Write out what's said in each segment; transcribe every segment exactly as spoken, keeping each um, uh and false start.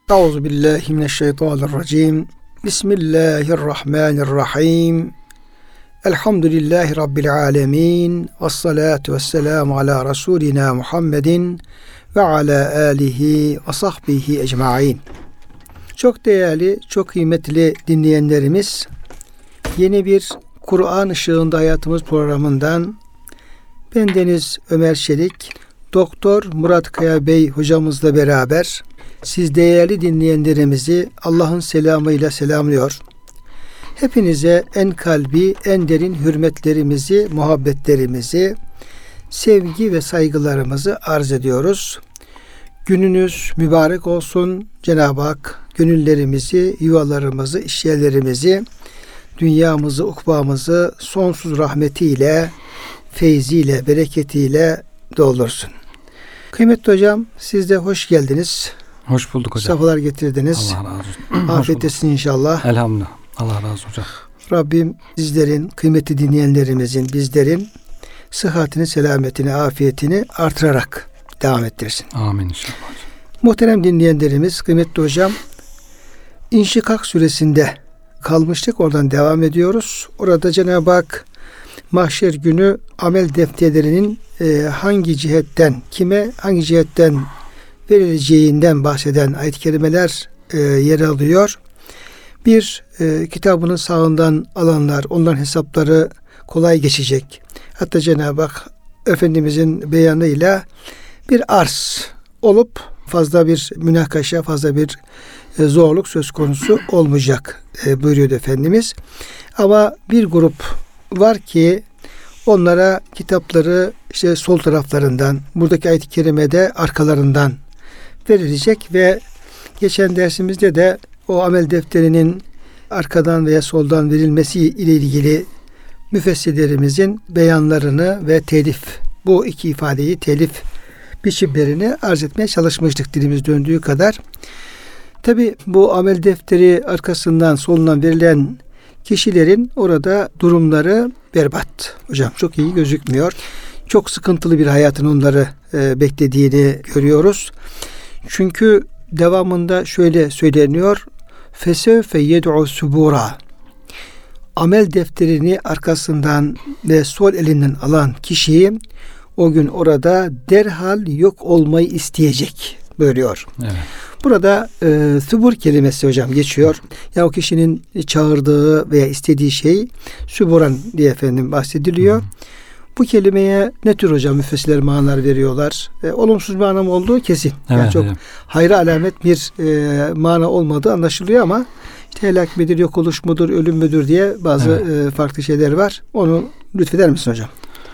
Euzubillahimineşşeytanirracim. Bismillahirrahmanirrahim. Elhamdülillahi Rabbil alemin. Vessalatu vesselamu ala Resulina Muhammedin ve ala alihi ve sahbihi ecmain. Çok değerli, çok kıymetli dinleyenlerimiz, yeni bir Kur'an Işığında Hayatımız programından bendeniz Ömer Çelik, Doktor Murat Kaya Bey hocamızla beraber siz değerli dinleyenlerimizi Allah'ın selamıyla selamlıyor. Hepinize en kalbi, en derin hürmetlerimizi, muhabbetlerimizi, sevgi ve saygılarımızı arz ediyoruz. Gününüz mübarek olsun. Cenab-ı Hak gönüllerimizi, yuvalarımızı, işyerlerimizi, dünyamızı, ukbamızı sonsuz rahmetiyle, feyziyle, bereketiyle doldursun. Kıymetli hocam, siz de hoş geldiniz. Hoş bulduk hocam. Safalar getirdiniz. Allah razı olsun. Afiyet etsin inşallah. Elhamdülillah. Allah razı olsun hocam. Rabbim sizlerin, kıymetli dinleyenlerimizin, bizlerin sıhhatini, selametini, afiyetini artırarak devam ettirsin. Amin inşallah. Muhterem dinleyenlerimiz, kıymetli hocam, İnşikak suresinde kalmıştık. Oradan devam ediyoruz. Orada Cenab-ı Hak mahşer günü amel defterlerinin e, hangi cihetten, kime hangi cihetten verileceğinden bahseden ayet-i kerimeler e, yer alıyor. Bir, e, kitabının sağından alanlar, onların hesapları kolay geçecek. Hatta Cenab-ı Hak Efendimizin beyanıyla bir arz olup fazla bir münakaşa, fazla bir e, zorluk söz konusu olmayacak e, buyuruyordu Efendimiz. Ama bir grup var ki onlara kitapları işte sol taraflarından, buradaki ayet-i kerimede arkalarından verilecek ve geçen dersimizde de o amel defterinin arkadan veya soldan verilmesi ile ilgili müfessirlerimizin beyanlarını ve telif, bu iki ifadeyi telif biçimlerini arz etmeye çalışmıştık dilimiz döndüğü kadar. Tabi bu amel defteri arkasından solundan verilen kişilerin orada durumları berbat. Hocam çok iyi gözükmüyor. Çok sıkıntılı bir hayatın onları e, beklediğini görüyoruz. Çünkü devamında şöyle söyleniyor. Fesevfe yed'u subura. Amel defterini arkasından ve sol elinden alan kişi o gün orada derhal yok olmayı isteyecek buyuruyor. Evet. Burada e, subur kelimesi hocam geçiyor. Ya o kişinin çağırdığı veya istediği şey suburan diye efendim bahsediliyor. Hı. Bu kelimeye ne tür hocam müfessirler manalar veriyorlar? E, olumsuz bir anlam olduğu kesin. Evet, yani çok evet. hayra alamet bir e, mana olmadığı anlaşılıyor ama işte helak midir, yok oluş mudur, ölüm müdür diye bazı evet. e, farklı şeyler var. Onu lütfeder misin hocam?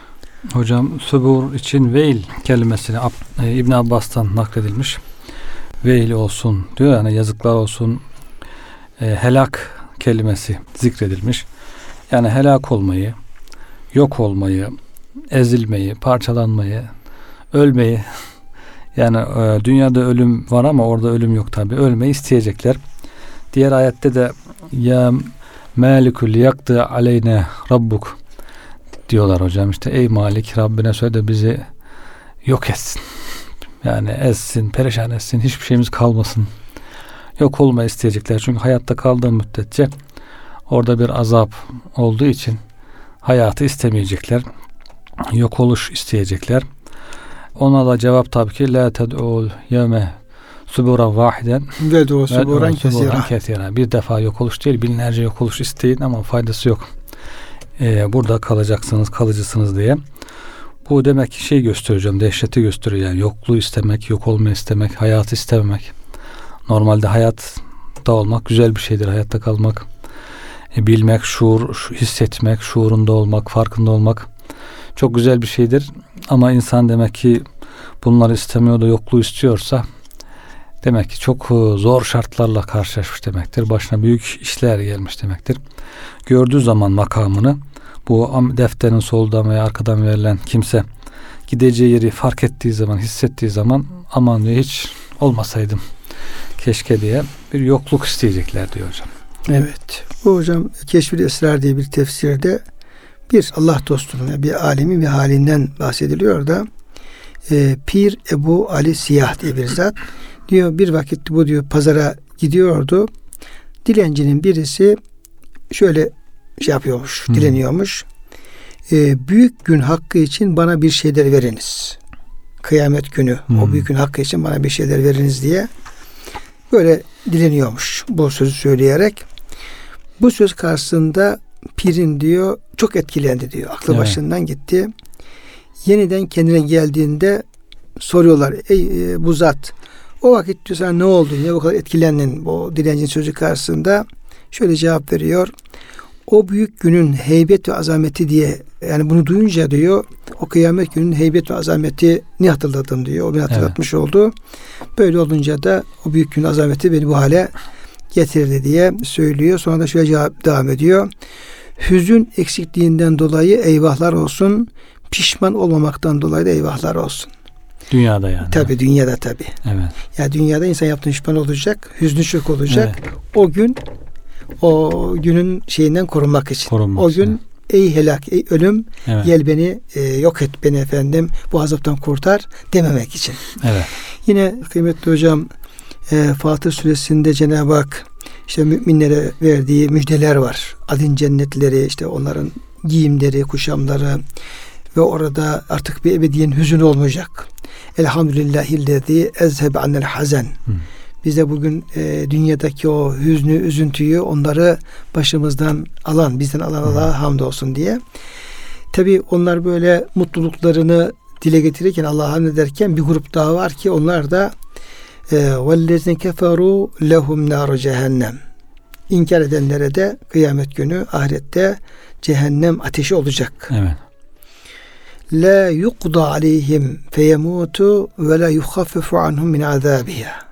Hocam subur için veil kelimesini İbn Abbas'tan nakledilmiş. Veil olsun diyor, yani yazıklar olsun, e, helak kelimesi zikredilmiş. Yani helak olmayı, yok olmayı, ezilmeyi, parçalanmayı, ölmeyi, yani e, dünyada ölüm var ama orada ölüm yok tabi. Ölmeyi isteyecekler. Diğer ayette de ya malikul yaktı aleyne rabbuk diyorlar hocam. İşte ey Malik, Rabbine söyle de bizi yok etsin. Yani ezsin, perişan etsin, hiçbir şeyimiz kalmasın. Yok olmayı isteyecekler. Çünkü hayatta kaldığı müddetçe orada bir azap olduğu için hayatı istemeyecekler. Yok oluş isteyecekler. Ona da cevap tabii ki la ted'ul yevme suburan vahiden ve du suburan kesira. Bir defa yok oluş değil, binlerce yok oluş isteyin ama faydası yok. Ee, burada kalacaksınız, kalıcısınız diye. Bu demek ki şey gösteriyor hocam, dehşeti gösteriyor. Yani yokluğu istemek, yok olmayı istemek, hayatı istememek. Normalde hayatta olmak güzel bir şeydir. Hayatta kalmak, e, bilmek, şuur, hissetmek, şuurunda olmak, farkında olmak çok güzel bir şeydir. Ama insan demek ki bunları istemiyor da yokluğu istiyorsa demek ki çok zor şartlarla karşılaşmış demektir. Başına büyük işler gelmiş demektir. Gördüğü zaman makamını, bu defterin soldan veya arkadan verilen kimse gideceği yeri fark ettiği zaman, hissettiği zaman aman diyor hiç olmasaydım keşke diye bir yokluk isteyecekler diyor hocam. Evet. Bu hocam Keşf-i Esrar diye bir tefsirde bir Allah dostunun, bir alimin bir halinden bahsediliyor da e, Pir Ebu Ali Siyah diye bir zat Diyor bir vakit bu diyor pazara gidiyordu. Dilencinin birisi şöyle şey yapıyormuş, Hı. dileniyormuş. E, büyük gün hakkı için bana bir şeyler veriniz. Kıyamet günü Hı. o büyük gün hakkı için bana bir şeyler veriniz diye böyle dileniyormuş bu sözü söyleyerek. Bu söz karşısında pirin diyor çok etkilendi diyor. Aklı evet. başından gitti. Yeniden kendine geldiğinde soruyorlar. Ey e, bu zat o vakit diyor sana ne oldu? Niye bu kadar etkilendin bu dilencinin sözü karşısında? Şöyle cevap veriyor. O büyük günün heybet ve azameti diye yani bunu duyunca diyor o kıyamet günün heybet ve azametini hatırladım diyor. O beni hatırlatmış evet. oldu. Böyle olunca da o büyük günün azameti beni bu hale getirdi diye söylüyor. Sonra da şöyle cevap devam ediyor. Hüzün eksikliğinden dolayı eyvahlar olsun. Pişman olmamaktan dolayı da eyvahlar olsun. Dünyada yani. Tabii dünyada tabii. Evet. Ya dünyada insan yaptığın pişman olacak, hüznü çok olacak. Evet. O gün o günün şeyinden korunmak için. Korunmak o gün için. Ey helak, ey ölüm, evet. gel beni e, yok et beni efendim, bu azaptan kurtar dememek için. Evet. Yine kıymetli hocam e, Fatır Suresi'nde Cenab-ı Hak işte müminlere verdiği müjdeler var. Adın cennetleri, işte onların giyimleri, kuşamları ve orada artık bir ebediyen hüzün olmayacak. Elhamdülillahillezî ezhebe annel hazen. Bize bugün e, dünyadaki o hüznü, üzüntüyü onları başımızdan alan, bizden alan Allah'a hamdolsun diye. Tabi onlar böyle mutluluklarını dile getirirken, Allah'a hamd ederken bir grup daha var ki onlar da وَالَّذِينَ كَفَرُوا لَهُمْ نَارُ cehennem. İnkar edenlere de kıyamet günü ahirette cehennem ateşi olacak. Evet. La yuqda aleyhim feyemutu ve la yukhaffafu anhum min azabiha.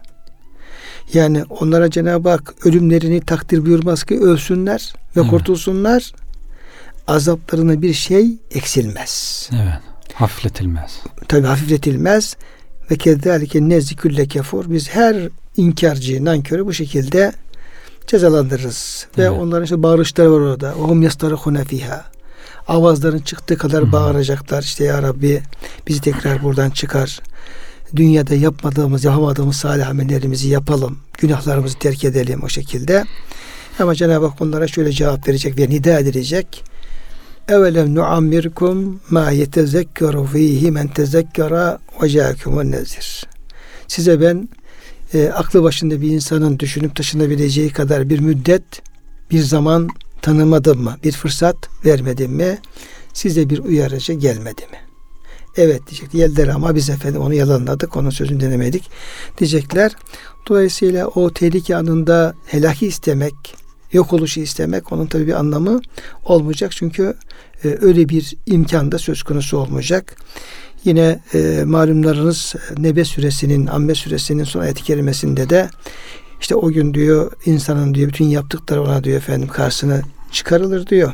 Yani onlara Cenab-ı Hak ölümlerini takdir buyurmaz ki ölsünler ve evet. kurtulsunlar. Azaplarına bir şey eksilmez. Evet. Hafifletilmez. Tabii hafifletilmez. Ve kezalike nezikülle kefur. Biz her inkarcıyı, nankörü bu şekilde cezalandırırız. Evet. Ve onların işte bağırışları var orada. O hum yastarihune fiha. Avazların çıktığı kadar Hı-hı. bağıracaklar. İşte ya Rabbi bizi tekrar buradan çıkar. Dünyada yapmadığımız, yapamadığımız salih amellerimizi yapalım. Günahlarımızı terk edelim o şekilde. Ama Cenab-ı Hak onlara şöyle cevap verecek ve nida edilecek. Evelem nuammirkum ma yetezekkeru fihi men tezekkera ve ca'akumun nezir. Size ben e, aklı başında bir insanın düşünüp taşınabileceği kadar bir müddet, bir zaman tanımadım mı? Bir fırsat vermedim mi? Size bir uyarıcı gelmedi mi? Evet diyecek. Geldiler ama biz efendim onu yalanladık. Onun sözünü dinlemedik diyecekler. Dolayısıyla o tehlike anında helaki istemek, yok oluşu istemek onun tabii bir anlamı olmayacak. Çünkü e, öyle bir imkan da söz konusu olmayacak. Yine e, malumlarınız Nebe suresinin, Amme suresinin son ayet-i kerimesinde de işte o gün diyor insanın diyor bütün yaptıkları ona diyor efendim karşısına çıkarılır diyor.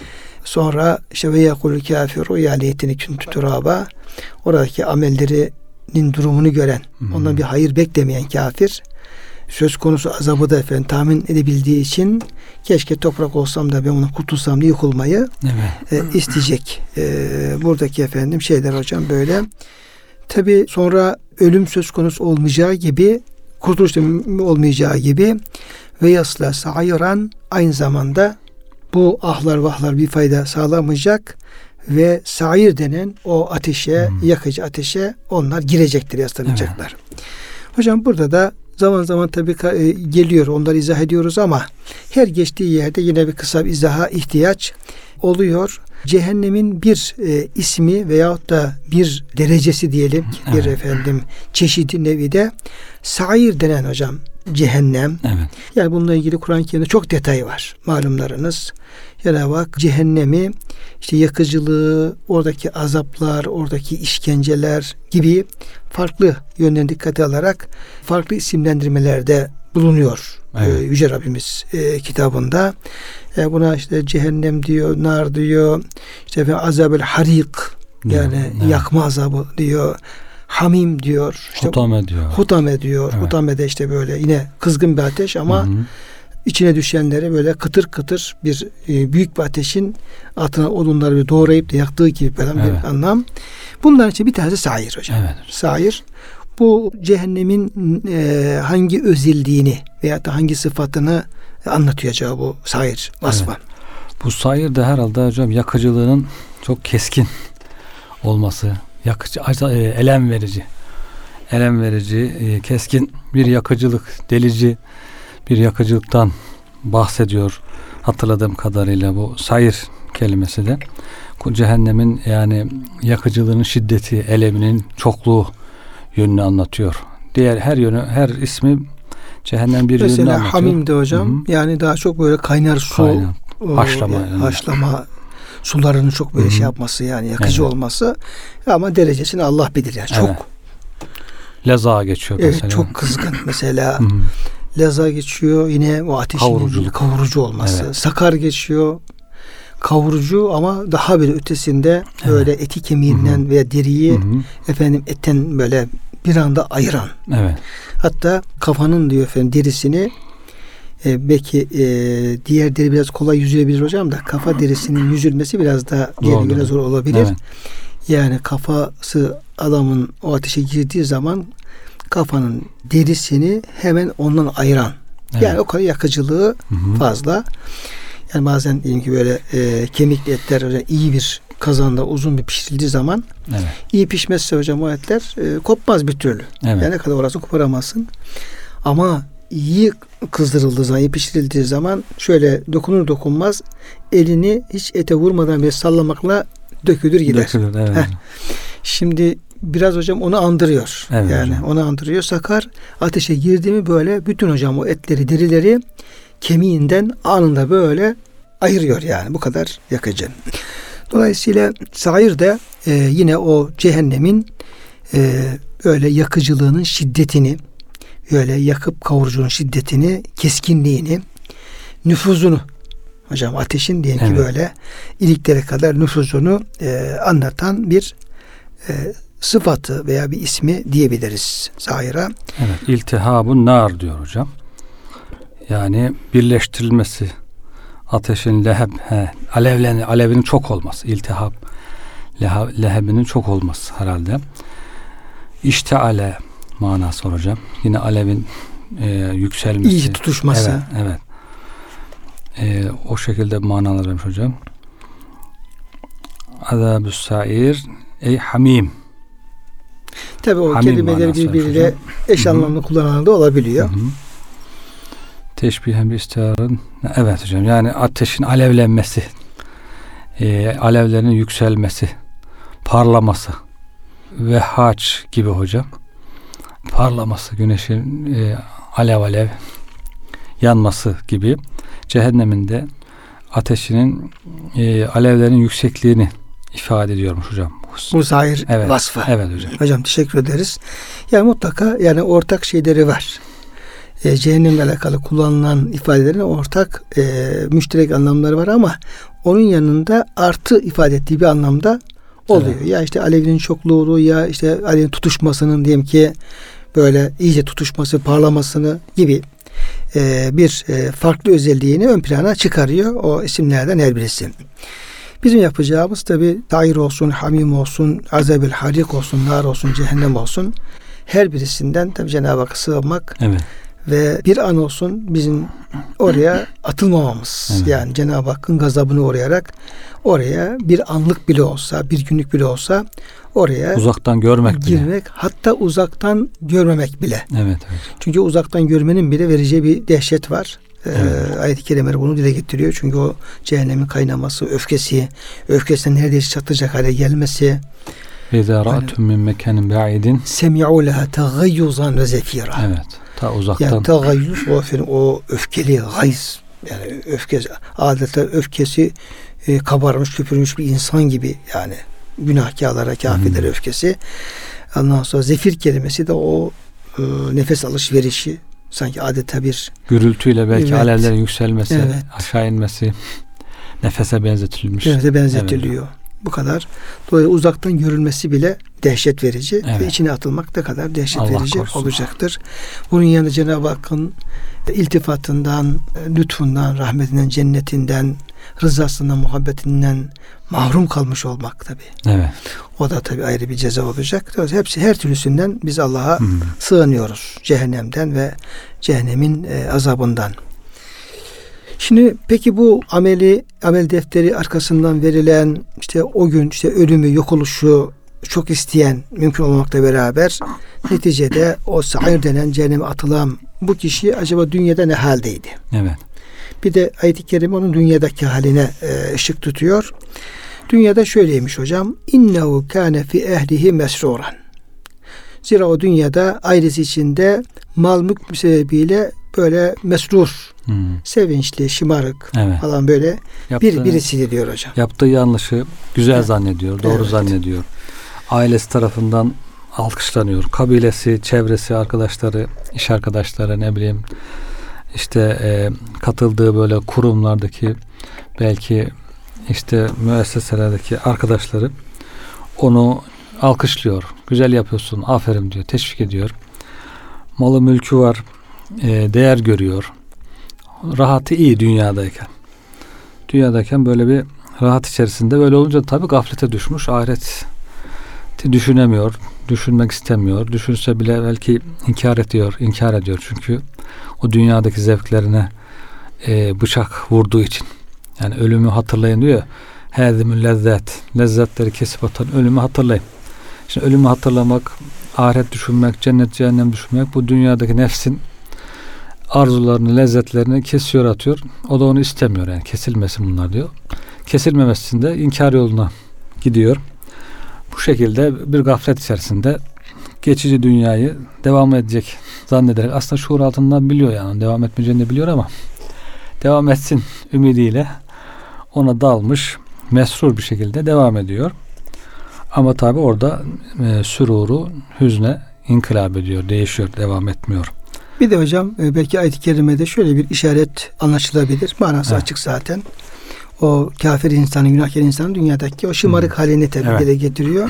Sonra işte ve yekulul kafiru ya leyteni kuntu turaba, oradaki amellerinin durumunu gören, hmm. ondan bir hayır beklemeyen kafir söz konusu azabı da efendim tahmin edebildiği için keşke toprak olsam da ben onu kurtulsam diye yıkılmayı evet. e, isteyecek. E, buradaki efendim şeyler hocam böyle. Tabi sonra ölüm söz konusu olmayacağı gibi, kurtuluş da olmayacağı gibi ve yasla sa'yran, aynı zamanda bu ahlar vahlar bir fayda sağlamayacak ve sair denen o ateşe, hmm. yakıcı ateşe onlar girecektir, yaslanacaklar. Evet. Hocam burada da zaman zaman tabii geliyor, onları izah ediyoruz ama her geçtiği yerde yine bir kısa bir izaha ihtiyaç oluyor. Cehennemin bir e, ismi veyahut da bir derecesi diyelim ki evet. bir efendim çeşidi nevi de sair denen hocam cehennem. Evet. Yani bununla ilgili Kur'an-ı Kerim'de çok detay var. Malumlarınız. Cenab-ı Hak cehennemi işte yakıcılığı, oradaki azaplar, oradaki işkenceler gibi farklı yönden dikkate alarak farklı isimlendirmelerde bulunuyor. Evet. Ee, Yüce Rabbimiz e, kitabında. E, buna işte cehennem diyor, nar diyor, işte azab-ül harik yani evet. yakma azabı diyor. Hamim diyor. İşte hutame diyor. Hutame diyor. Evet. Hutame de işte böyle yine kızgın bir ateş ama Hı-hı. içine düşenleri böyle kıtır kıtır bir e, büyük bir ateşin altına odunları bir doğrayıp da yaktığı gibi falan evet. bir anlam. Bunların için bir tanesi sair hocam. Evet. Sair. bu cehennemin e, hangi özildiğini veya da hangi sıfatını anlatıyor acaba bu sair vasfı? Evet. Bu sair de herhalde hocam yakıcılığının çok keskin olması, yakıcı, elem verici, elem verici, keskin bir yakıcılık, delici bir yakıcılıktan bahsediyor hatırladığım kadarıyla bu sair kelimesi de. Cehennemin yani yakıcılığının şiddeti, eleminin çokluğu yönünü anlatıyor. Diğer her yönü, her ismi cehennem bir mesela yönünü anlatıyor. Hamim de hocam, hı-hı, yani daha çok böyle kaynar su, Kaynar, haşlama, yani haşlama sularının çok böyle, hı-hı, şey yapması, yani yakıcı, evet, olması, ama derecesini Allah bilir yani. Çok, evet, leza geçiyor evet, mesela. Çok kızgın mesela. Leza geçiyor, yine o ateşin kavurucu, kavurucu olması. Evet. Sakar geçiyor, kavurucu, ama daha bir ötesinde, evet, böyle eti kemiğinden, hı-hı, veya deriyi, hı-hı, efendim etten böyle bir anda ayıran. Evet. Hatta kafanın diyor efendim derisini, e, belki e, diğer deri biraz kolay yüzülebilir hocam da kafa derisinin yüzülmesi biraz daha diğer göre zor olabilir. Evet. Yani kafası adamın o ateşe girdiği zaman kafanın derisini hemen ondan ayıran. Evet. Yani o kadar yakıcılığı, hı-hı, fazla. Yani bazen diyelim ki böyle e, kemikli etler öyle iyi bir kazanda uzun bir pişirildiği zaman, evet, iyi pişmezse hocam o etler e, kopmaz bir türlü. Evet. Yani ne kadar orası koparamazsın. Ama iyi kızdırıldığı zaman, iyi pişirildiği zaman şöyle dokunur dokunmaz elini hiç ete vurmadan bir sallamakla dökülür gider. Dökülür, evet. Heh. Şimdi biraz hocam onu andırıyor. Evet, yani hocam, onu andırıyor. Sakar ateşe girdi mi böyle bütün hocam o etleri, derileri kemiğinden anında böyle ayırıyor yani. Bu kadar yakıcı. Dolayısıyla sair de e, yine o cehennemin e, öyle yakıcılığının şiddetini, öyle yakıp kavurucunun şiddetini, keskinliğini, nüfuzunu, hocam ateşin diyelim, evet, ki böyle iliklere kadar nüfuzunu e, anlatan bir e, sıfatı veya bir ismi diyebiliriz saira. Evet, iltihabun nar diyor hocam. Yani birleştirilmesi, ateşin leheb, he, alevlerin, alevinin çok olması, iltihap, leheb, lehebinin çok olması herhalde. İşteale manası var hocam. Yine alevin e, yükselmesi. İyi tutuşması. Evet, evet. E, o şekilde manalar vermiş hocam. Azabü's sair ey hamim. Tabi o hamim kelimeleri birbiriyle eş anlamlı kullanılan da olabiliyor. Hı-hı. Teşbihen bir istiharın. Evet hocam, yani ateşin alevlenmesi, e, alevlerin yükselmesi, parlaması ve haç gibi hocam. Parlaması, güneşin e, alev alev yanması gibi cehennemin de ateşinin e, alevlerin yüksekliğini ifade ediyormuş hocam. Bu zahir, evet, vasfı. Evet hocam. Hocam teşekkür ederiz. Yani mutlaka yani ortak şeyleri var. E, cehennemle alakalı kullanılan ifadelerin ortak e, müşterek anlamları var ama onun yanında artı ifade ettiği bir anlamda oluyor. Evet. Ya işte alevinin çokluğu, ya işte alevin tutuşmasının diyelim ki böyle iyice tutuşması, parlamasını gibi e, bir e, farklı özelliğini ön plana çıkarıyor o isimlerden her birisi. Bizim yapacağımız tabi tair olsun, hamim olsun, azabil harik olsun, nar olsun, cehennem olsun, her birisinden tabi Cenab-ı Hakk'a sığınmak, evet, ve bir an olsun bizim oraya atılmamamız. Evet. Yani Cenab-ı Hakk'ın gazabını uğrayarak oraya bir anlık bile olsa, bir günlük bile olsa oraya uzaktan görmek girmek, bile. Hatta uzaktan görmemek bile. Evet, evet. Çünkü uzaktan görmenin bile vereceği bir dehşet var. Evet. Ee, ayet-i kerimeler bunu dile getiriyor. Çünkü o cehennemin kaynaması, öfkesi, öfkesinden neredeyse çatlayacak hale gelmesi. İzâ ra'tum min mekanin ba'idin semi'û leha tegayyuzan ve zefîrâ. Evet. Ta uzaktan. Yani tegayyuz o, efendim, o öfkeli gayz, yani öfkesi, adeta öfkesi e, kabarmış, köpürmüş bir insan gibi, yani günahkârlara, kâfirlere hmm. öfkesi. Ondan sonra zefir kelimesi de o e, nefes alışverişi, sanki adeta bir gürültüyle belki, evet, alevlerin yükselmesi, evet, aşağı inmesi, nefese benzetilmiş. Nefese benzetiliyor. Evet. Bu kadar. Dolayısıyla uzaktan görülmesi bile dehşet verici, evet, ve içine atılmak da kadar dehşet Allah verici korusun. Olacaktır. Bunun yanında Cenab-ı Hakk'ın iltifatından, lütfundan, rahmetinden, cennetinden, rızasından, muhabbetinden mahrum kalmış olmak tabii. Evet. O da tabii ayrı bir ceza olacak. Hepsi, her türlüsünden biz Allah'a Hı. sığınıyoruz. Cehennemden ve cehennemin e, azabından. Şimdi peki bu ameli, amel defteri arkasından verilen işte o gün işte ölümü, yok oluşu çok isteyen, mümkün olmamakla beraber neticede o sair denen cehenneme atılan bu kişi acaba dünyada ne haldeydi? Evet. Bir de ayet-i kerime onun dünyadaki haline e, ışık tutuyor. Dünyada şöyleymiş hocam. İnnehu kâne fi ehlihi mesruran. Zira o dünyada ailesi içinde mal mülk sebebiyle böyle mesrur, Hmm. sevinçli, şımarık Evet. falan böyle Yaptığı, bir birisiydi diyor hocam. Yaptığı yanlışı güzel Evet. zannediyor, doğru Evet. zannediyor. Ailesi tarafından alkışlanıyor. Kabilesi, çevresi, arkadaşları, iş arkadaşları, ne bileyim işte e, katıldığı böyle kurumlardaki, belki işte müesseselerdeki arkadaşları onu alkışlıyor. Güzel yapıyorsun, aferin diyor, teşvik ediyor. Malı mülkü var, e, değer görüyor. Rahatı iyi dünyadayken. Dünyadayken böyle bir rahat içerisinde, böyle olunca tabii gaflete düşmüş. Ahireti düşünemiyor, düşünmek istemiyor. Düşünse bile belki inkar ediyor, inkar ediyor. Çünkü o dünyadaki zevklerine e, bıçak vurduğu için. Yani ölümü hatırlayın diyor. Hâzimül lezzet. Lezzetleri kesip atan ölümü hatırlayın. Şimdi ölümü hatırlamak, ahiret düşünmek, cennet cehennem düşünmek, bu dünyadaki nefsin arzularını, lezzetlerini kesiyor, atıyor. O da onu istemiyor, yani kesilmesin bunlar diyor. Kesilmemesi için de inkar yoluna gidiyor. Bu şekilde bir gaflet içerisinde geçici dünyayı devam edecek zannederek, aslında şuur altından biliyor, yani devam etmeyeceğini de biliyor ama devam etsin ümidiyle ona dalmış, mesrur bir şekilde devam ediyor. Ama tabi orada e, süruru hüzne inkılap ediyor, değişiyor, devam etmiyor. Bir de hocam belki ayet-i kerimede şöyle bir işaret anlaşılabilir. Manası Evet. açık zaten. O kafir insanın, günahkar insanın dünyadaki o şımarık halini tabi Evet. dile getiriyor.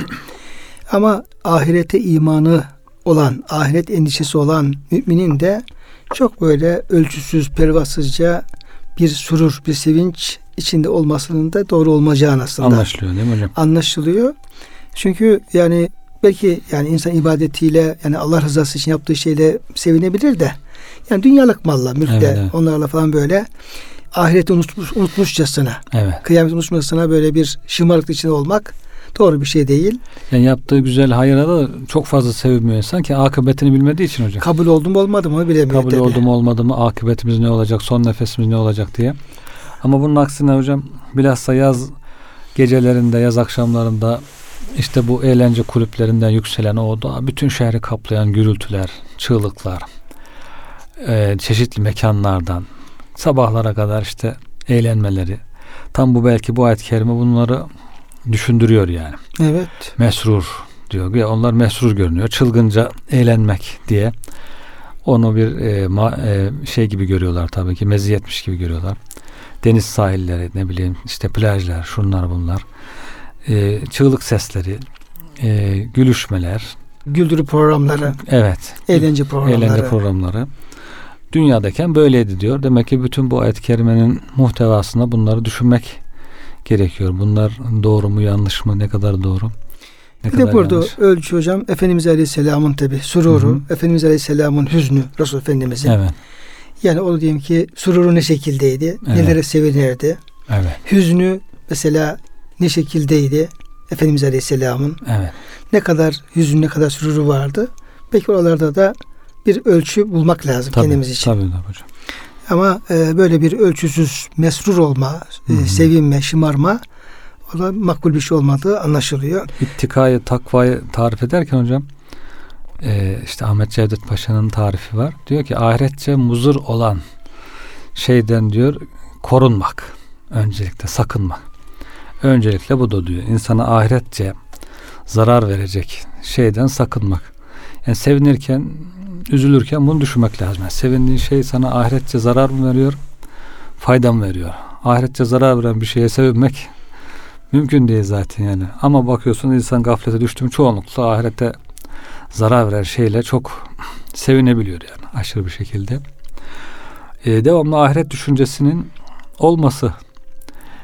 Ama ahirete imanı olan, ahiret endişesi olan müminin de çok böyle ölçüsüz, pervasızca bir surur, bir sevinç içinde olmasının da doğru olmayacağı aslında Anlaşılıyor değil mi hocam? anlaşılıyor. Çünkü yani belki yani insan ibadetiyle, yani Allah rızası için yaptığı şeyle sevinebilir de, yani dünyalık malla, mülkle, Evet, evet. onlarla falan böyle ahireti unutmuş, unutmuşçasına, Evet. kıyamet unutmuşçasına böyle bir şımarıklık içinde olmak doğru bir şey değil. Yani yaptığı güzel hayıra da çok fazla sevinmiyor insan ki akıbetini bilmediği için hocam. Kabul oldu mu olmadı mı bilemiyor. Kabul tabii. oldu mu olmadı mı, akıbetimiz ne olacak, son nefesimiz ne olacak diye. Ama bunun aksine hocam, bilhassa yaz gecelerinde, yaz akşamlarında işte bu eğlence kulüplerinden yükselen o da bütün şehri kaplayan gürültüler, çığlıklar, e, çeşitli mekanlardan sabahlara kadar işte eğlenmeleri, tam bu belki bu ayet-i kerime bunları düşündürüyor yani. Evet. Mesrur diyor. Ya onlar mesrur görünüyor. Çılgınca eğlenmek diye onu bir e, ma, e, şey gibi görüyorlar tabii ki, meziyetmiş gibi görüyorlar. Deniz sahilleri, ne bileyim işte plajlar, şunlar bunlar. E, çığlık sesleri, e, gülüşmeler. Güldürü programları, Evet. eğlence programları. Eğlence programları. Dünyadayken böyleydi diyor. Demek ki bütün bu ayet-i kerimenin muhtevasında bunları düşünmek gerekiyor. Bunlar doğru mu, yanlış mı, ne kadar doğru, ne Bir kadar de burada yanlış. ölçü hocam, Efendimiz Aleyhisselam'ın tabi sururu, Hı hı. Efendimiz Aleyhisselam'ın hüznü, Resul Efendimiz'in. Evet. Yani o diyelim ki sururu ne şekildeydi, Evet. nelere sevinirdi. Evet. Hüznü mesela ne şekildeydi Efendimiz Aleyhisselam'ın. Evet. Ne kadar hüzün, ne kadar sururu vardı. Belki oralarda da bir ölçü bulmak lazım Tabii, kendimiz için. tabii, tabii hocam. Ama e, böyle bir ölçüsüz mesrur olma, Hı hı. e, sevinme, şımarma, o da makbul bir şey olmadığı anlaşılıyor. İttikayı, takvayı tarif ederken hocam e, işte Ahmet Cevdet Paşa'nın tarifi var. Diyor ki ahiretçe muzur olan şeyden diyor korunmak. Öncelikle sakınmak. Öncelikle bu da diyor. İnsana ahiretçe zarar verecek şeyden sakınmak. Yani sevinirken, üzülürken bunu düşünmek lazım. Yani sevindiğin şey sana ahiretçe zarar mı veriyor, fayda mı veriyor? Ahiretçe zarar veren bir şeye sevinmek mümkün değil zaten yani. Ama bakıyorsun insan gaflete düştüğüm çoğunlukla ahirete zarar veren şeyle çok sevinebiliyor yani aşırı bir şekilde. Ee, devamlı ahiret düşüncesinin olması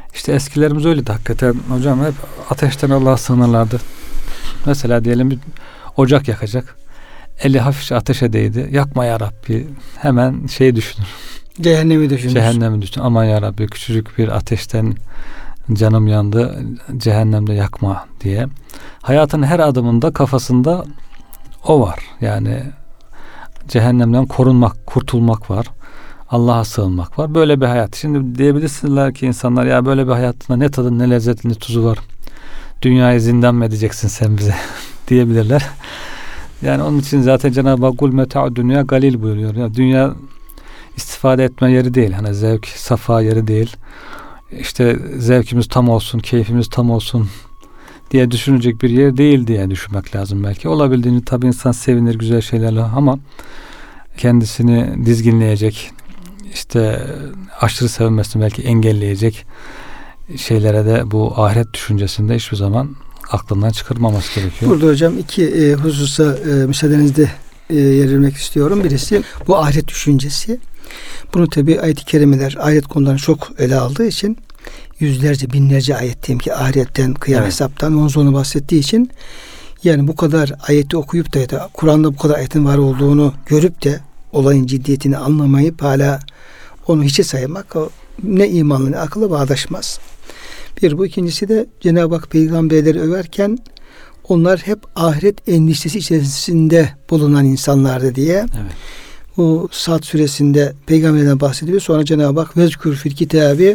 İşte eskilerimiz öyleydi hakikaten hocam, hep ateşten Allah'a sığınırlardı. Mesela diyelim bir ocak yakacak. Eli hafifçe ateşe değdi. Yakma ya Rabbi. Hemen şey düşünür. Cehennemi düşünür. Cehennemi düşünür. Aman ya Rabbi, küçücük bir ateşten canım yandı. Cehennemde yakma diye. Hayatın her adımında kafasında o var. Yani cehennemden korunmak, kurtulmak var. Allah'a sığınmak var. Böyle bir hayat. Şimdi diyebilirsiniz ki insanlar, ya böyle bir hayatında ne tadı, ne lezzeti, ne tuzu var. Dünyayı zindan mı edeceksin sen bize diyebilirler. Yani onun için zaten Cenab-ı Hak kul meta'u dünya galil buyuruyor. Ya dünya istifade etme yeri değil. Hani zevk, safa yeri değil. İşte zevkimiz tam olsun, keyfimiz tam olsun diye düşünecek bir yer değil diye düşünmek lazım belki. Olabildiğince tabii insan sevinir güzel şeylerle, ama kendisini dizginleyecek, işte aşırı sevmesini belki engelleyecek şeylere de bu ahiret düşüncesinde hiçbir zaman aklından çıkarmaması gerekiyor. Burada hocam iki e, hususa e, müsaadenizle e, yer vermek istiyorum. Birisi bu ahiret düşüncesi. Bunu tabi ayet-i kerimeler, ayet konularını çok ele aldığı için, yüzlerce, binlerce ayet diyeyim ki ahiretten, kıyam evet. hesaptan, onun sonra bahsettiği için, yani bu kadar ayeti okuyup da, da Kur'an'da bu kadar ayetin var olduğunu görüp de olayın ciddiyetini anlamayıp hala onu hiçe saymak, o ne imanla ne akılla bağdaşmaz. Bir bu. İkincisi de Cenab-ı Hak peygamberleri överken onlar hep ahiret endişesi içerisinde bulunan insanlardı diye. Evet. Bu Sad suresinde peygamberden bahsediliyor. Sonra Cenab-ı Hak vezkur fil kitabı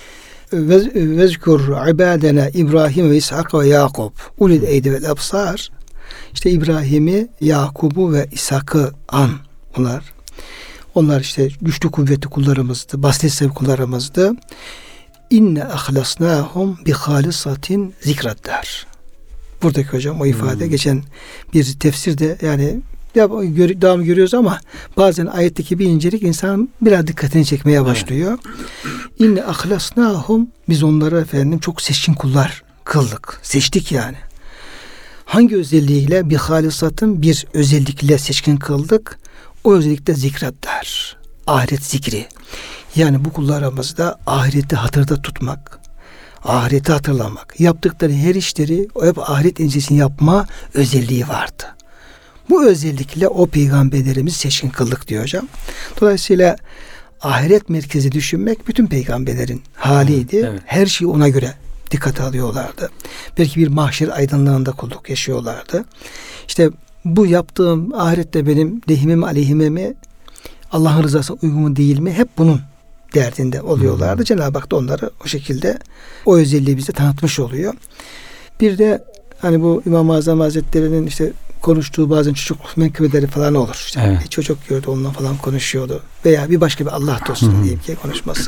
vezkur ibadena İbrahim ve İshak ve Yakub ulil eydi vel absar. İşte İbrahim'i, Yakub'u ve İshak'ı an. Onlar. Onlar işte güçlü kuvvetli kullarımızdı. Basiret kullarımızdı. İnne ahlasnahum bi halisatin zikradlar. Buradaki hocam o ifade hmm. geçen bir tefsirde, yani ya gör, devamı görüyoruz ama bazen ayetteki bir incelik insan biraz dikkatini çekmeye başlıyor. Evet. İnne ahlasnahum, biz onları efendim çok seçkin kullar kıldık. Seçtik yani. Hangi özelliğiyle? Bir halisatın, bir özellikle seçkin kıldık. O özellikle zikradlar. Ahiret zikri. Yani bu kullarımızda ahireti hatırda tutmak, ahireti hatırlamak, yaptıkları her işleri o hep ahiret endişesini yapma özelliği vardı. Bu özellikle o peygamberlerimizi seçkin kıldık diyor hocam. Dolayısıyla ahiret merkezi düşünmek bütün peygamberlerin haliydi. Evet. Her şeyi ona göre dikkate alıyorlardı. Belki bir mahşer aydınlığında kulluk yaşıyorlardı. İşte bu yaptığım ahirette benim lehime mi aleyhime mi, Allah'ın rızasına uygun mu değil mi, hep bunun derdinde oluyorlardı. Hmm. Cenab-ı Hak da onları o şekilde o özelliği bize tanıtmış oluyor. Bir de hani bu İmam-ı Azam Hazretleri'nin işte konuştuğu bazen çocuk menkıbeleri falan olur. İşte evet. Çocuk gördü, onunla falan konuşuyordu. Veya bir başka bir Allah dostu hmm. diyeyim ki konuşması.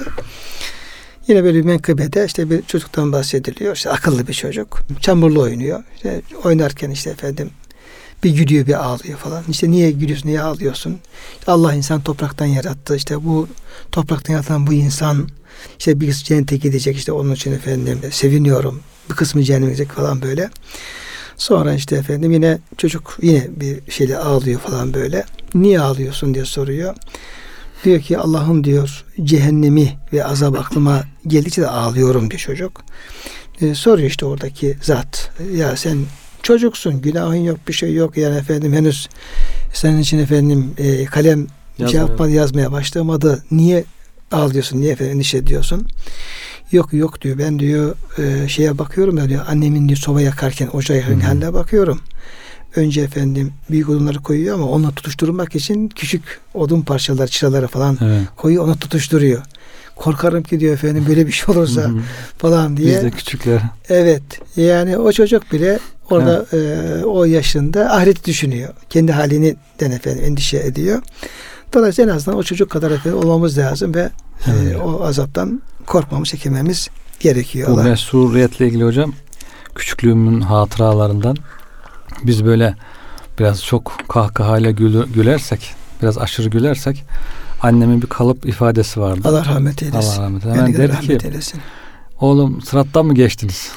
Yine böyle bir menkıbede işte bir çocuktan bahsediliyor. İşte akıllı bir çocuk. Çamurlu oynuyor. İşte oynarken işte efendim bir gülüyor, bir ağlıyor falan. İşte niye gülüyorsun, niye ağlıyorsun? İşte Allah insan topraktan yarattı. İşte bu topraktan yaratan bu insan işte bir kısmı cennete gidecek. İşte onun için efendim seviniyorum. Bir kısmı cehenneme gidecek falan böyle. Sonra işte efendim yine çocuk yine bir şeyle ağlıyor falan böyle. Niye ağlıyorsun diye soruyor. Diyor ki Allah'ım diyor cehennemi ve azap aklıma geldikçe de ağlıyorum diyor çocuk. Ee, soruyor işte oradaki zat. Ya sen çocuksun, günahın yok, bir şey yok yani efendim henüz senin için efendim e, kalem şey yapmadı, yazmaya başlamadı. Niye ağlıyorsun? Niye efendim endişe ediyorsun? Yok yok diyor. Ben diyor e, şeye bakıyorum ya diyor. Annemin diyor soba yakarken ocağı yakarken haline bakıyorum. Önce efendim büyük odunları koyuyor ama onunla tutuşturmak için küçük odun parçaları, çıraları falan evet. koyuyor, ona tutuşturuyor. Korkarım ki diyor efendim böyle bir şey olursa Hı-hı. falan diye. Biz de küçükler. Evet. Yani o çocuk bile orada evet. e, o yaşında ahireti düşünüyor. Kendi halini den efendim endişe ediyor. Dolayısıyla en azından o çocuk kadar efendim olmamız lazım ve evet. e, o azaptan korkmamız, çekinmemiz gerekiyor. Bu mesuriyetle ilgili hocam küçüklüğümün hatıralarından biz böyle biraz çok kahkahayla gülersek, biraz aşırı gülersek annemin bir kalıp ifadesi vardı. Allah rahmet eylesin. Allah rahmet eylesin. Hemen derdi ki eylesin. Oğlum sırattan mı geçtiniz?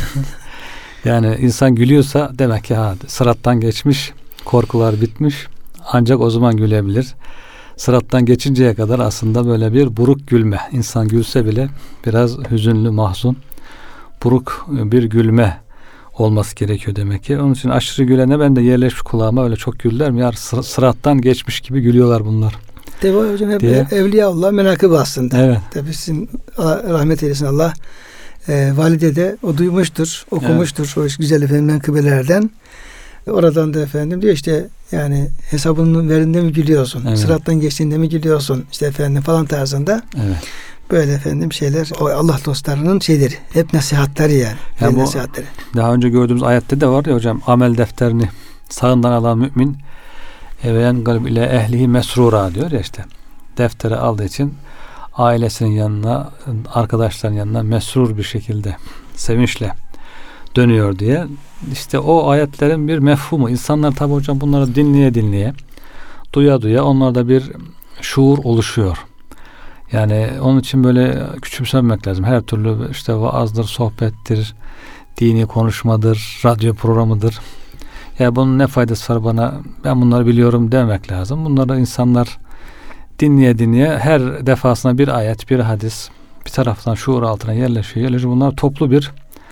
Yani insan gülüyorsa demek ki ha, sırattan geçmiş, korkular bitmiş. Ancak o zaman gülebilir. Sırattan geçinceye kadar aslında böyle bir buruk gülme. İnsan gülse bile biraz hüzünlü, mahzun, buruk bir gülme olması gerekiyor demek ki. Onun için aşırı gülene ben de yerleşmiş kulağıma öyle çok güller mi? Ya sırattan geçmiş gibi gülüyorlar bunlar. Tabi hocam hep Evliyaullah menakıbı aslında. Evet. Tabi sizin rahmet eylesin Allah. E, valide de o duymuştur, okumuştur evet. O güzel efendim menkıbelerden. Oradan da efendim diyor işte yani hesabının verdiğinde mi gülüyorsun? Evet. Sırattan geçtiğinde mi gülüyorsun? İşte efendim falan tarzında. Evet. Böyle efendim şeyler o Allah dostlarının şeyleri. Hep nasihatleri yani. yani bu, nasihatleri. Daha önce gördüğümüz ayette de var ya hocam, amel defterini sağından alan mümin eveyen galib ile ehlihi mesrura diyor ya işte. Defteri aldığı için ailesinin yanına, arkadaşların yanına mesrur bir şekilde, sevinçle dönüyor diye. İşte o ayetlerin bir mefhumu. İnsanlar tabi hocam bunları dinleye dinleye, duya duya onlarda bir şuur oluşuyor. Yani onun için böyle küçümsememek lazım. Her türlü işte vaazdır, sohbettir, dini konuşmadır, radyo programıdır. Ya bunun ne faydası var bana, ben bunları biliyorum demek lazım. Bunları insanlar dinleye dinleye her defasında bir ayet, bir hadis bir taraftan şuur altına yerleşiyor. yerleşiyor. Bunlar toplu bir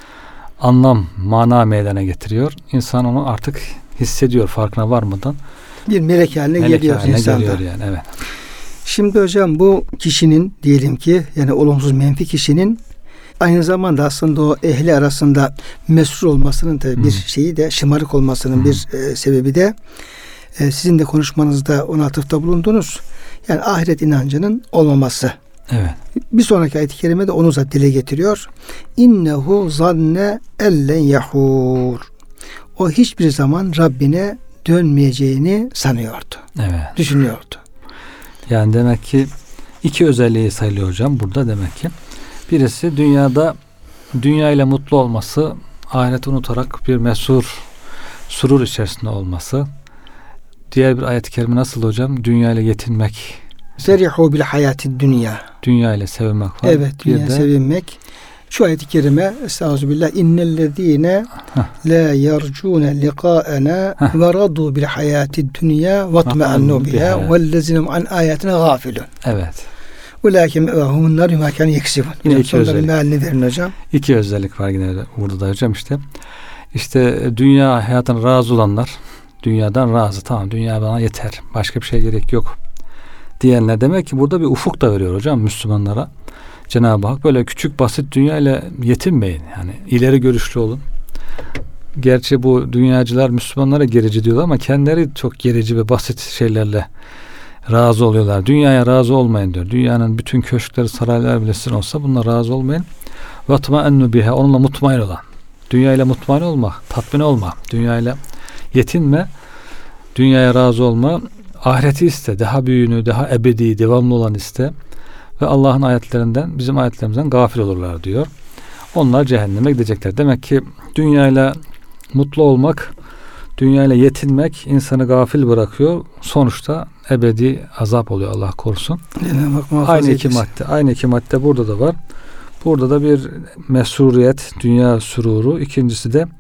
anlam, mana meydana getiriyor. İnsan onu artık hissediyor farkına varmadan. Bir melek haline melek geliyor haline insanda. Geliyor yani, evet. Şimdi hocam bu kişinin diyelim ki yani olumsuz menfi kişinin aynı zamanda aslında o ehli arasında mesrur olmasının tabii hmm. bir şeyi de şımarık olmasının hmm. bir e, sebebi de e, sizin de konuşmanızda ona atıfta bulundunuz. Yani ahiret inancının olmaması. Evet. Bir sonraki ayet-i kerimede onu da dile getiriyor. İnnehu zanne ellen yahur. O hiçbir zaman Rabbine dönmeyeceğini sanıyordu. Evet. Düşünüyordu. Yani demek ki iki özelliği sayılıyor hocam burada demek ki. Birisi dünyada dünya ile mutlu olması, ahireti unutarak bir mesur, surur içerisinde olması. Diğer bir ayet-i kerime nasıl hocam? Dünya ile yetinmek. Zerihu bil hayatid dünya. Dünya ile sevinmek var. Evet, dünya de, sevinmek. Şu ayet-i kerime estağfirullah innellezine la yercune liqa'ana ve radu bil hayatid dünya ve tma'annu biha vellezine an ayatina gafilun. Evet. Ulakim evahumlar bima kan yeksibun. Yine iki özellik. Mealini verin hocam. İki özellik var yine burada da hocam işte. İşte dünya hayatına razı olanlar, dünyadan razı, tamam dünya bana yeter, başka bir şey gerek yok diyenler, demek ki burada bir ufuk da veriyor hocam Müslümanlara. Cenab-ı Hak böyle küçük basit dünya ile yetinmeyin. Yani ileri görüşlü olun. Gerçi bu dünyacılar Müslümanlara gerici diyorlar ama kendileri çok gerici ve basit şeylerle razı oluyorlar. Dünyaya razı olmayın diyor. Dünyanın bütün köşkleri, saraylar bile sizin olsa bununla razı olmayın. وَتْمَأَنُّ biha, onunla mutmain olan. Dünyayla mutmain olma, tatmin olma. Dünyayla yetinme, dünyaya razı olma. Ahireti iste, daha büyüğünü, daha ebedi, devamlı olan iste. Ve Allah'ın ayetlerinden, bizim ayetlerimizden gafil olurlar diyor. Onlar cehenneme gidecekler. Demek ki dünyayla mutlu olmak, dünyayla yetinmek insanı gafil bırakıyor. Sonuçta ebedi azap oluyor, Allah korusun. Aynı iki madde, aynı iki madde burada da var. Burada da bir mesuriyet, dünya süruru. İkincisi de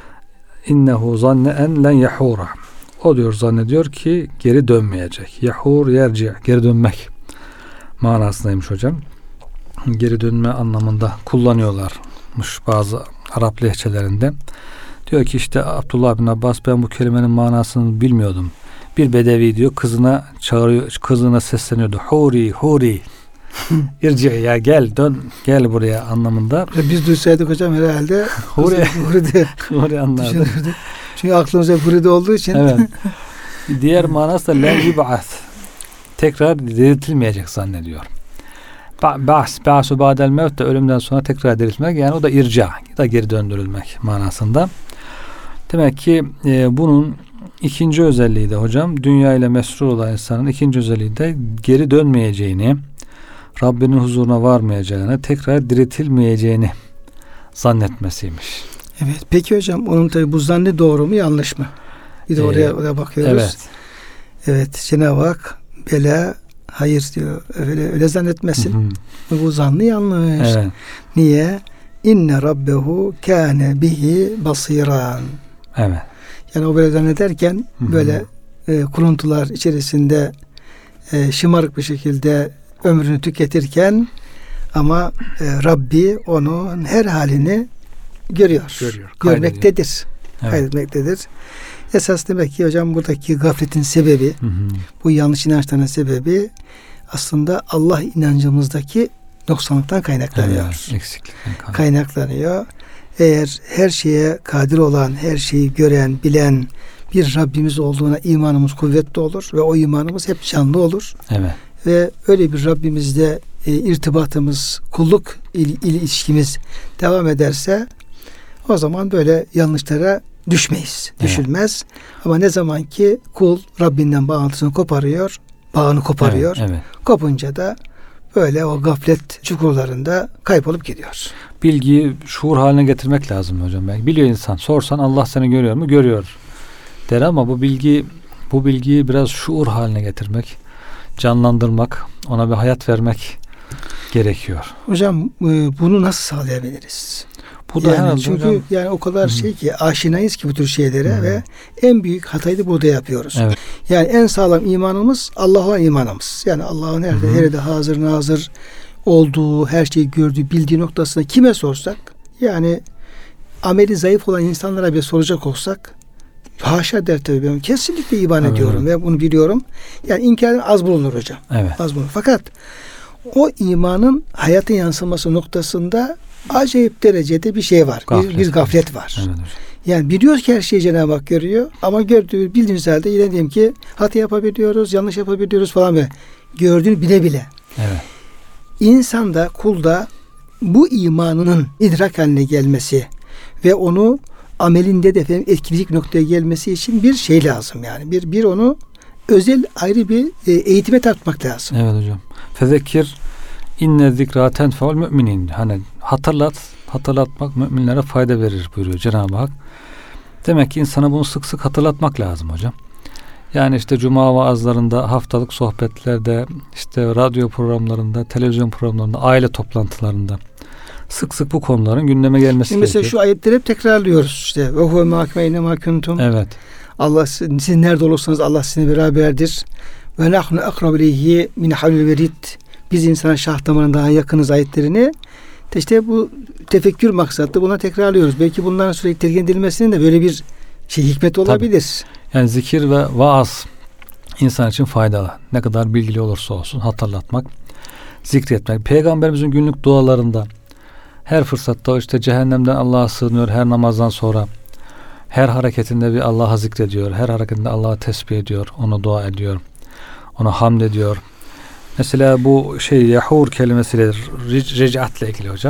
innehu zanne en len yahura. O diyor, zannediyor ki geri dönmeyecek. Yahur yerci, geri dönmek manasındaymış hocam. Geri dönme anlamında kullanıyorlarmış bazı Arap lehçelerinde. Diyor ki işte Abdullah bin Abbas, ben bu kelimenin manasını bilmiyordum. Bir bedevi diyor kızına çağırıyor, kızına sesleniyordu. Huri, huri. İrci, ya gel, dön, gel buraya anlamında. Biz duysaydık hocam herhalde huri, huri de huri anlardık. Çünkü aklımızda huri de olduğu için. Evet. Diğer manası da len yub'ath. Tekrar diriltilmeyecek zannediyor. Ba's, ba'su ba'del mevt de ölümden sonra tekrar diriltmek, yani o da irca, da geri döndürülmek manasında. Demek ki e, bunun ikinci özelliği de hocam, dünya ile mesrur olan insanın ikinci özelliği de geri dönmeyeceğini, Rabbinin huzuruna varmayacağını, tekrar diriltilmeyeceğini zannetmesiymiş. Evet. Peki hocam onun tabi bu zannı doğru mu yanlış mı? Bir de oraya, ee, oraya bakıyoruz. Evet. Evet. Cenab-ı Hak bela hayır diyor. Öyle, öyle zannetmesin. Hı hı. Bu zannı yanlış. Evet. Niye? İnne rabbehu kâne bihi basiran. Evet. Yani o böyle zannederken hı hı. böyle e, kuruntular içerisinde e, şımarık bir şekilde ömrünü tüketirken ama e, Rabbi onun her halini görüyor. Görüyor, görmektedir. Evet. Kaydetmektedir. Esas demek ki hocam buradaki gafletin sebebi, Hı hı. bu yanlış inançların sebebi aslında Allah inancımızdaki noksanlıktan kaynaklanıyor. Evet, eksiklikten kaynaklanıyor. kaynaklanıyor. Eğer her şeye kadir olan, her şeyi gören, bilen bir Rabbimiz olduğuna imanımız kuvvetli olur ve o imanımız hep canlı olur. Evet. Ve öyle bir Rabbimizle e, irtibatımız, kulluk il, ilişkimiz devam ederse o zaman böyle yanlışlara düşmeyiz, Evet. düşülmez. Ama ne zaman ki kul Rabbinden bağlantısını koparıyor, bağını koparıyor. Evet, evet. Kopunca da böyle o gaflet çukurlarında kaybolup gidiyor. Bilgiyi şuur haline getirmek lazım hocam. Yani biliyor insan. Sorsan Allah seni görüyor mu? Görüyor der ama bu bilgi bu bilgiyi biraz şuur haline getirmek, canlandırmak, ona bir hayat vermek gerekiyor. Hocam e, bunu nasıl sağlayabiliriz? Bu da yani herhalde çünkü hocam, yani o kadar Hı-hı. şey ki aşinayız ki bu tür şeylere Hı-hı. ve en büyük hatayı da burada yapıyoruz. Evet. Yani en sağlam imanımız Allah'a imanımız. Yani Allah'ın nerede, Hı-hı. nerede hazır nazır olduğu, her şeyi gördüğü, bildiği noktasında kime sorsak, yani ameli zayıf olan insanlara bile soracak olsak, haşa der tabii, ben kesinlikle iman Evet. ediyorum ve bunu biliyorum. Yani inkarın az bulunur hocam. Evet. Az bulunur. Fakat o imanın hayata yansıması noktasında acayip derecede bir şey var. Gaflet. Bir, bir gaflet var. Evet hocam. Yani biliyoruz ki her şeyi Cenab-ı Hak görüyor ama gördüğü, bildiğimiz halde yine diyelim ki hata yapabiliyoruz, yanlış yapabiliyoruz falan ve gördüğünü bile bile. Evet. İnsanda, kulda bu imanının idrak haline gelmesi ve onu amelinde de efendim etkileyecek noktaya gelmesi için bir şey lazım yani. Bir bir onu özel ayrı bir e, eğitime tartmak lazım. Evet hocam. Fezekir inne zikra tenfeul müminin. Hani hatırlat, hatırlatmak müminlere fayda verir buyuruyor Cenab-ı Hak. Demek ki insana bunu sık sık hatırlatmak lazım hocam. Yani işte cuma vaazlarında, haftalık sohbetlerde, işte radyo programlarında, televizyon programlarında, aile toplantılarında sık sık bu konuların gündeme gelmesi Şimdi mesela gerekiyor. şu ayetleri hep tekrarlıyoruz işte. Ve huve mâkmeyne mâ kuntum. Evet. Allah siz, siz nerede olursanız Allah sizinle beraberdir. Ve nahnu akrabu ileyhi min hablil verid. Biz insana şah damarından daha yakınız ayetlerini. İşte bu tefekkür maksatlı buna tekrarlıyoruz. Belki bunların sürekli telkin edilmesinin de böyle bir şey hikmet olabilir. Yani zikir ve vaaz insan için faydalı. Ne kadar bilgili olursa olsun hatırlatmak, zikretmek. Peygamberimizin günlük dualarında her fırsatta işte cehennemden Allah'a sığınıyor, her namazdan sonra her hareketinde bir Allah'a zikrediyor, her hareketinde Allah'a tesbih ediyor, ona dua ediyor, ona hamd ediyor. Mesela bu şey yahur kelimesiyle recatle ilgili hocam.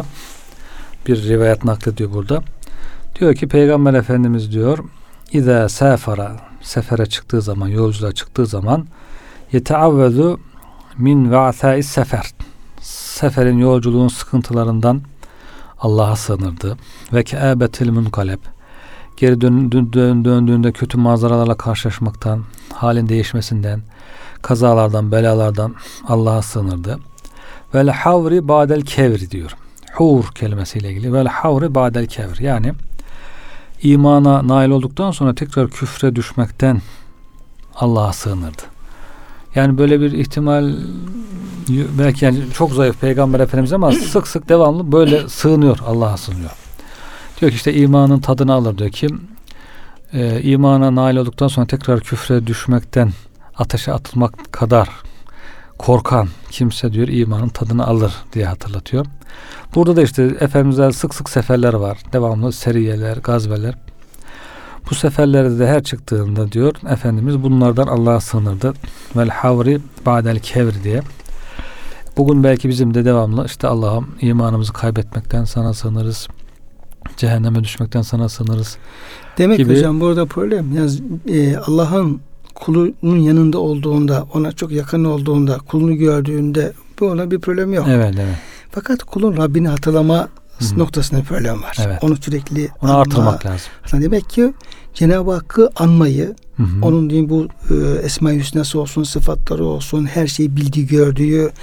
Bir rivayet naklediyor burada. Diyor ki Peygamber Efendimiz diyor İza safara, sefere çıktığı zaman, yolculuğa çıktığı zaman yeteavvezu min va'tha'is sefer. Seferin, yolculuğun sıkıntılarından Allah'a sığınırdı. Ve ke'abetil munkaleb. Geri dön, dön, döndüğünde kötü manzaralarla karşılaşmaktan, halin değişmesinden, kazalardan, belalardan Allah'a sığınırdı. Vel havri ba'del kevri diyor. Hur kelimesiyle ilgili. Vel havri ba'del kevri. Yani imana nail olduktan sonra tekrar küfre düşmekten Allah'a sığınırdı. Yani böyle bir ihtimal belki yani çok zayıf Peygamber Efendimiz ama sık sık devamlı böyle sığınıyor, Allah'a sığınıyor. Diyor ki işte imanın tadını alır diyor ki e, imana nail olduktan sonra tekrar küfre düşmekten, ateşe atılmak kadar korkan kimse diyor imanın tadını alır diye hatırlatıyor. Burada da işte Efendimiz'e sık sık seferler var. Devamlı seriyeler, gazveler. Bu seferlerde de her çıktığında diyor Efendimiz bunlardan Allah'a sığınırdı. Vel havri ba'del kevri diye. Bugün belki bizim de devamlı işte Allah'ım imanımızı kaybetmekten sana sığınırız. Cehenneme düşmekten sana sığınırız. Demek gibi. hocam burada problem yani, e, Allah'ın kulunun yanında olduğunda, ona çok yakın olduğunda, kulunu gördüğünde bu ona bir problem yok. Evet, evet. Fakat kulun Rabbini hatırlama Hı-hı. noktasında bir problem var. Evet. Onu sürekli Onu anma. artırmak lazım. Demek ki Cenab-ı Hakk'ı anmayı, Hı-hı. onun diyeyim bu e, Esma-i Hüsna'sı olsun, sıfatları olsun, her şeyi bildiği, gördüğü,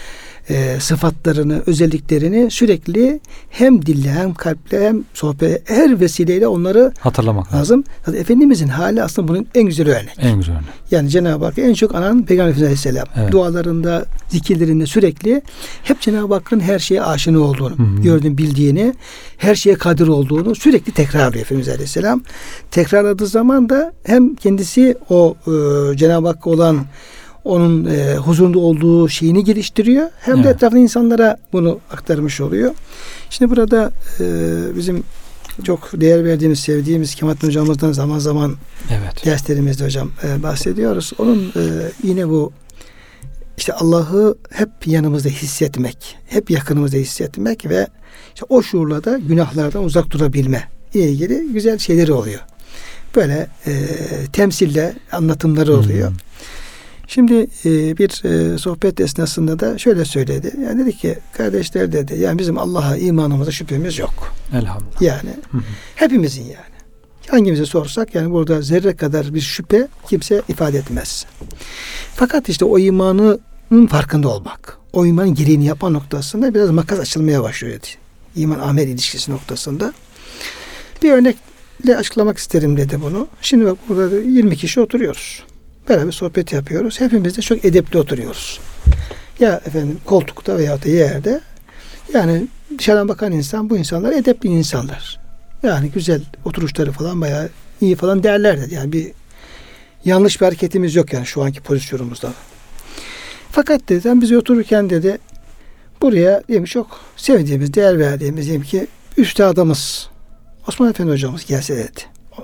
e, sıfatlarını, özelliklerini sürekli hem dille hem kalple hem sohbet her vesileyle onları hatırlamak lazım. Zaten Efendimizin hali aslında bunun en güzel örnek. En güzel örnek. Yani Cenab-ı Hak en çok anan Peygamber Efendimiz Aleyhisselam. Evet. Dualarında, zikirlerinde sürekli hep Cenab-ı Hakk'ın her şeye aşina olduğunu, hı hı. gördüğünü, bildiğini, her şeye kadir olduğunu sürekli tekrarlıyor Efendimiz Aleyhisselam. Tekrarladığı zaman da hem kendisi o e, Cenab-ı Hakk'a olan onun e, huzurunda olduğu şeyini geliştiriyor. Hem evet. de etrafında insanlara bunu aktarmış oluyor. Şimdi burada e, bizim çok değer verdiğimiz, sevdiğimiz Kemalettin hocamızdan zaman zaman evet. derslerimizde hocam e, bahsediyoruz. Onun e, yine bu işte Allah'ı hep yanımızda hissetmek, hep yakınımızda hissetmek ve işte o şuurla da günahlardan uzak durabilme ile ilgili güzel şeyleri oluyor. Böyle e, temsille anlatımları oluyor. Hmm. Şimdi e, bir e, sohbet esnasında da şöyle söyledi. Yani dedi ki kardeşler dedi yani bizim Allah'a imanımıza şüphemiz yok. Elhamdülillah. Yani hı hı. hepimizin yani. Hangimize sorsak yani burada zerre kadar bir şüphe kimse ifade etmez. Fakat işte o imanın farkında olmak, o imanın gereğini yapma noktasında biraz makas açılmaya başlıyor dedi. İman amel ilişkisi noktasında. Bir örnekle açıklamak isterim dedi bunu. Şimdi bak burada yirmi kişi oturuyoruz. Beraber sohbet yapıyoruz. Hepimiz de çok edepli oturuyoruz. Ya efendim koltukta veya da yerde. Yani dışarıdan bakan insan bu insanlar edepli insanlar. Yani güzel oturuşları falan bayağı iyi falan derler dedi. Yani bir yanlış bir hareketimiz yok yani şu anki pozisyonumuzda. Fakat dedi biz otururken dedi buraya diyelim çok sevdiğimiz, değer verdiğimiz diyelim ki üstadımız Osman Efendi hocamız gelse dedi.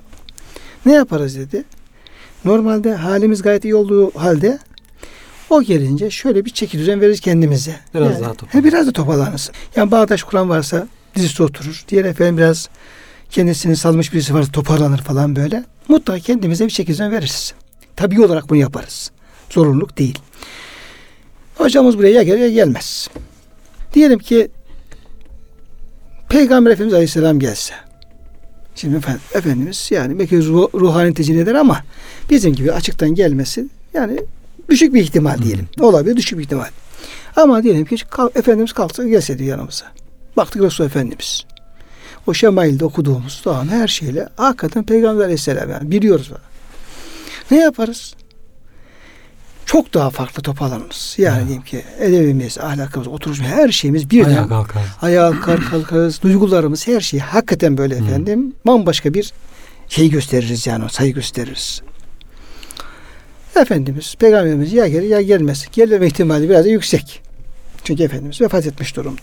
Ne yaparız dedi. Normalde halimiz gayet iyi olduğu halde o gelince şöyle bir çeki düzen veririz kendimize. Biraz yani, daha toparlanır. Biraz da toparlanırsın. Yani bağdaş kuran varsa dizüstü oturur. Diğer efendim biraz kendisini salmış birisi varsa toparlanır falan böyle. Mutlaka kendimize bir çeki düzen veririz. Tabii olarak bunu yaparız. Zorunluluk değil. Hocamız buraya ya gelir ya gelmez. Diyelim ki Peygamber Efendimiz Aleyhisselam gelse. Şimdi efendim, Efendimiz yani belki ruh, ruhani tecelli eder ama bizim gibi açıktan gelmesi yani düşük bir ihtimal diyelim. Hmm. Olabilir düşük bir ihtimal. Ama diyelim ki kalk, Efendimiz kalksa gelse diyor yanımıza. Baktık Resul Efendimiz. O Şemail'de okuduğumuz doğan her şeyle hakikaten Peygamber Aleyhisselam yani biliyoruz. Ne yaparız? Çok daha farklı toparlanırız. Yani evet. diyelim ki edebimiz, ahlakımız, oturuşumuz, her şeyimiz birden ayağa kalkarız. Ayağa kalkar, kalkarız. Duygularımız, her şey hakikaten böyle hmm. efendim. Bambaşka bir şey gösteririz yani. Sayı gösteririz. Efendimiz, Peygamberimiz ya gelir ya gelmez. Gelmeme ihtimali biraz da yüksek. Çünkü Efendimiz vefat etmiş durumda.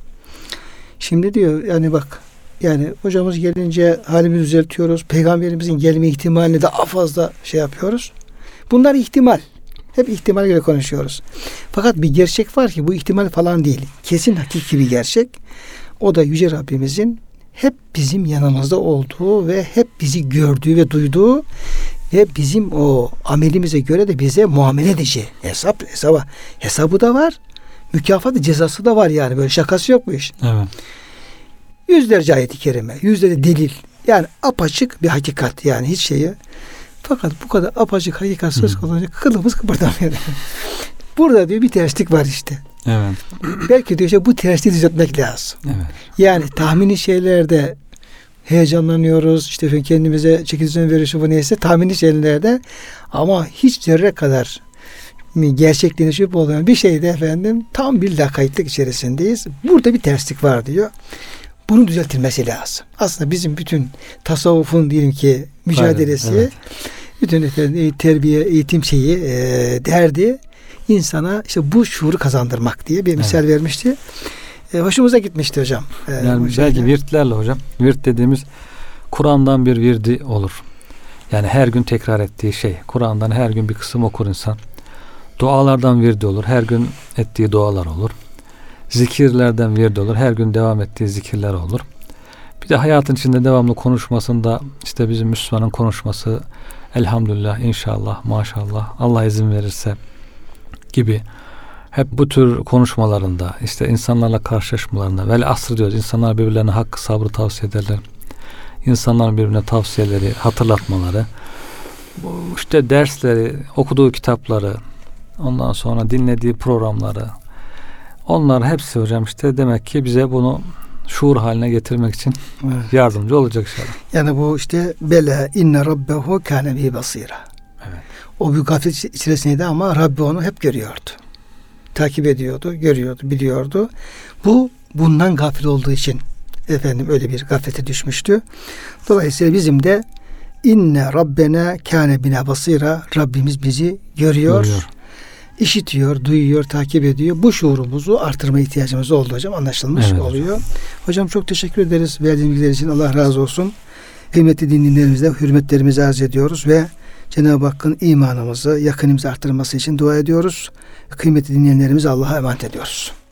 Şimdi diyor yani bak yani hocamız gelince halimizi düzeltiyoruz. Peygamberimizin gelme ihtimalini daha fazla şey yapıyoruz. Bunlar ihtimal. Hep ihtimal göre konuşuyoruz. Fakat bir gerçek var ki bu ihtimal falan değil. Kesin hakiki bir gerçek. O da Yüce Rabbimizin hep bizim yanımızda olduğu ve hep bizi gördüğü ve duyduğu ve bizim o amelimize göre de bize muamele edeceği. Hesap, hesaba, hesabı da var. Mükafatı, cezası da var yani. Böyle şakası yok bu iş. Evet. Yüzlerce ayet-i kerime, yüzlerce delil. Yani apaçık bir hakikat yani hiç şeyi. Fakat bu kadar apaçık hakikat söz konusu kılımız kıpırdamıyor. Burada diyor bir terslik var işte. Evet. Belki diyor işte bu tersliği düzeltmek lazım. Evet. Yani tahmini şeylerde heyecanlanıyoruz. İşte kendimize çeki düzen veriyoruz bu neyse tahmini şeylerde ama hiç zerre kadar gerçekliğine şüphe olmayan bir şeyde efendim tam bir lakaytlık içerisindeyiz. Burada bir terslik var diyor. Bunun düzeltilmesi lazım. Aslında bizim bütün tasavvufun diyelim ki mücadelesi, aynen, evet. bütün efendim, terbiye, eğitim şeyi, e, derdi insana işte bu şuuru kazandırmak diye bir misal evet. vermişti. E, hoşumuza gitmişti hocam. E, yani belki virtlerle hocam. Virt dediğimiz Kur'an'dan bir virdi olur. Yani her gün tekrar ettiği şey. Kur'an'dan her gün bir kısım okur insan. Dualardan virdi olur. Her gün ettiği dualar olur. Zikirlerden virdi olur. Her gün devam ettiği zikirler olur. Bir de hayatın içinde devamlı konuşmasında işte bizim Müslümanın konuşması elhamdülillah, inşallah, maşallah, Allah izin verirse gibi hep bu tür konuşmalarında işte insanlarla karşılaşmalarında vel asr diyoruz. İnsanlar birbirlerine hakkı sabrı tavsiye ederler. İnsanların birbirine tavsiyeleri, hatırlatmaları, işte dersleri, okuduğu kitapları, ondan sonra dinlediği programları, Onlar hepsi hocam işte demek ki bize bunu şuur haline getirmek için Evet. yardımcı olacak inşallah. Yani bu işte bela inne rabbehu kâne bi basira. Evet. O bir gaflet içerisindeydi ama Rabbi onu hep görüyordu. Takip ediyordu, görüyordu, biliyordu. Bu bundan gafil olduğu için efendim öyle bir gaflete düşmüştü. Dolayısıyla bizim de inne rabbena kâne bina basira, Rabbimiz bizi görüyor, Görüyor. işitiyor, duyuyor, takip ediyor. Bu şuurumuzu artırma ihtiyacımız oldu hocam. Anlaşılmış Evet oluyor. Hocam. hocam çok teşekkür ederiz verdiğiniz bilgiler için. Allah razı olsun. Kıymetli dinleyenlerimize hürmetlerimizi arz ediyoruz ve Cenab-ı Hakk'ın imanımızı, yakınımızı arttırması için dua ediyoruz. Kıymetli dinleyenlerimizi Allah'a emanet ediyoruz.